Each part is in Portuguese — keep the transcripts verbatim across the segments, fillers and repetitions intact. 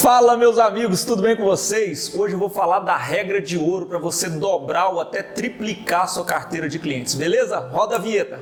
Fala, meus amigos, tudo bem com vocês? Hoje eu vou falar da regra de ouro para você dobrar ou até triplicar sua carteira de clientes, beleza? Roda a vinheta!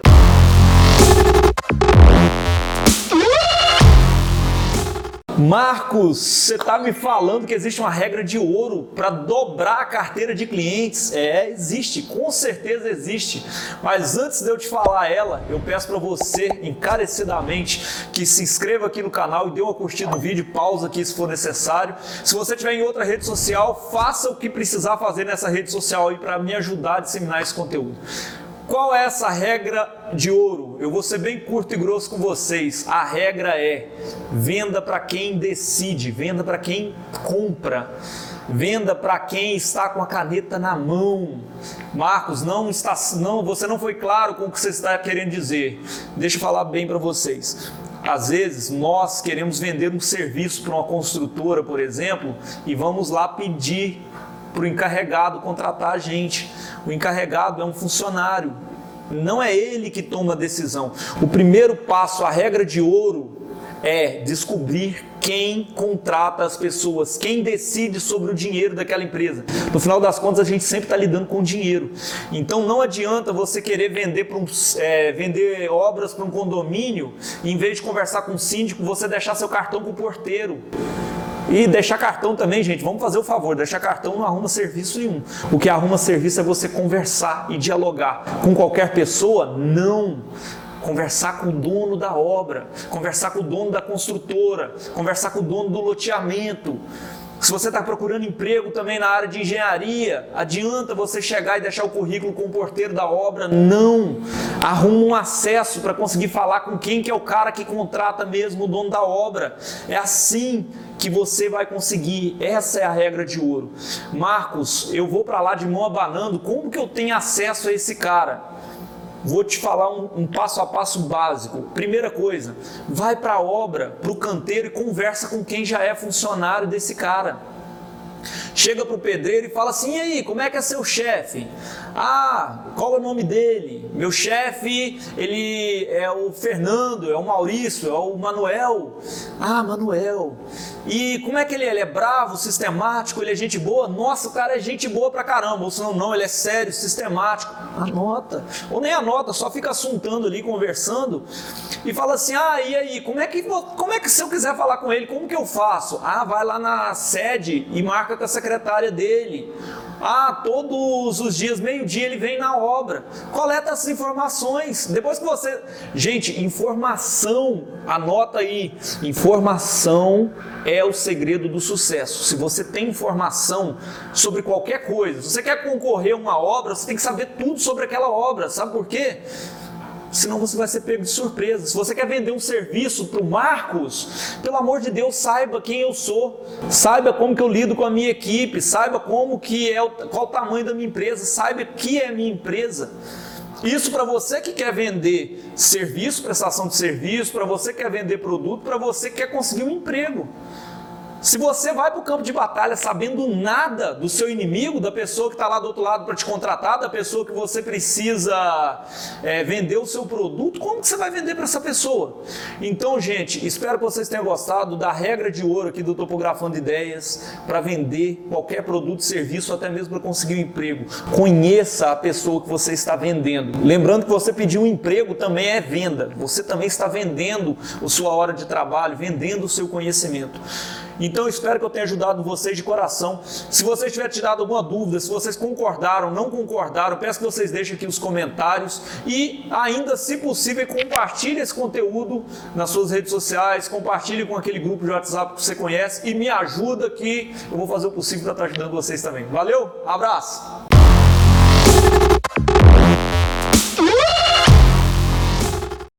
Marcos, você está me falando que existe uma regra de ouro para dobrar a carteira de clientes? É, existe, com certeza existe. Mas antes de eu te falar ela, eu peço para você encarecidamente que se inscreva aqui no canal e dê uma curtida no vídeo, pausa aqui se for necessário. Se você estiver em outra rede social, faça o que precisar fazer nessa rede social aí para me ajudar a disseminar esse conteúdo. Qual é essa regra de ouro? Eu vou ser bem curto e grosso com vocês. A regra é: venda para quem decide, venda para quem compra, venda para quem está com a caneta na mão. Marcos, não está, não, você não foi claro com o que você está querendo dizer. Deixa eu falar bem para vocês. Às vezes nós queremos vender um serviço para uma construtora, por exemplo, e vamos lá pedir para o encarregado contratar a gente. O encarregado é um funcionário, não é ele que toma a decisão. O primeiro passo, a regra de ouro, é descobrir quem contrata as pessoas, quem decide sobre o dinheiro daquela empresa. No final das contas, a gente sempre está lidando com dinheiro. Então não adianta você querer vender, para um, é, vender obras para um condomínio e, em vez de conversar com o síndico, você deixar seu cartão com o porteiro. E deixar cartão também, gente, vamos fazer o favor, deixar cartão não arruma serviço nenhum. O que arruma serviço é você conversar e dialogar. Com qualquer pessoa, não. Conversar com o dono da obra, conversar com o dono da construtora, conversar com o dono do loteamento. Se você está procurando emprego também na área de engenharia, adianta você chegar e deixar o currículo com o porteiro da obra? Não! Arruma um acesso para conseguir falar com quem que é o cara que contrata mesmo o dono da obra. É assim que você vai conseguir. Essa é a regra de ouro. Marcos, eu vou para lá de mão abanando, como que eu tenho acesso a esse cara? Vou te falar um, um passo a passo básico. Primeira coisa, vai para a obra, para o canteiro e conversa com quem já é funcionário desse cara. Chega para o pedreiro e fala assim: e aí, como é que é seu chefe? Ah, qual é o nome dele? Meu chefe, ele é o Fernando, é o Maurício, é o Manuel. Ah, Manuel. E como é que ele é? Ele é bravo, sistemático, ele é gente boa? Nossa, o cara é gente boa pra caramba. Ou senão, não, ele é sério, sistemático. Anota. Ou nem anota, só fica assuntando ali, conversando. E fala assim: ah, e aí, como é que, como é que se eu quiser falar com ele, como que eu faço? Ah, vai lá na sede e marca com a secretária dele. Ah, todos os dias, meio-dia, ele vem na obra. Coleta essas informações. Depois que você... Gente, informação, anota aí. Informação é o segredo do sucesso. Se você tem informação sobre qualquer coisa, se você quer concorrer a uma obra, você tem que saber tudo sobre aquela obra. Sabe por quê? Senão você vai ser pego de surpresa. Se você quer vender um serviço para o Marcos, pelo amor de Deus, saiba quem eu sou, saiba como que eu lido com a minha equipe, saiba como que é o, qual o tamanho da minha empresa, saiba o que é a minha empresa. Isso para você que quer vender serviço, prestação de serviço, para você que quer vender produto, para você que quer conseguir um emprego. Se você vai para o campo de batalha sabendo nada do seu inimigo, da pessoa que está lá do outro lado para te contratar, da pessoa que você precisa é, vender o seu produto, como que você vai vender para essa pessoa? Então, gente, espero que vocês tenham gostado da regra de ouro aqui do Topografando Ideias para vender qualquer produto, serviço, até mesmo para conseguir um emprego. Conheça a pessoa que você está vendendo. Lembrando que você pedir um emprego também é venda. Você também está vendendo a sua hora de trabalho, vendendo o seu conhecimento. Então, espero que eu tenha ajudado vocês de coração. Se vocês tiverem tirado alguma dúvida, se vocês concordaram, não concordaram, peço que vocês deixem aqui os comentários e ainda, se possível, compartilhe esse conteúdo nas suas redes sociais, compartilhe com aquele grupo de WhatsApp que você conhece e me ajuda que eu vou fazer o possível para estar ajudando vocês também. Valeu, abraço!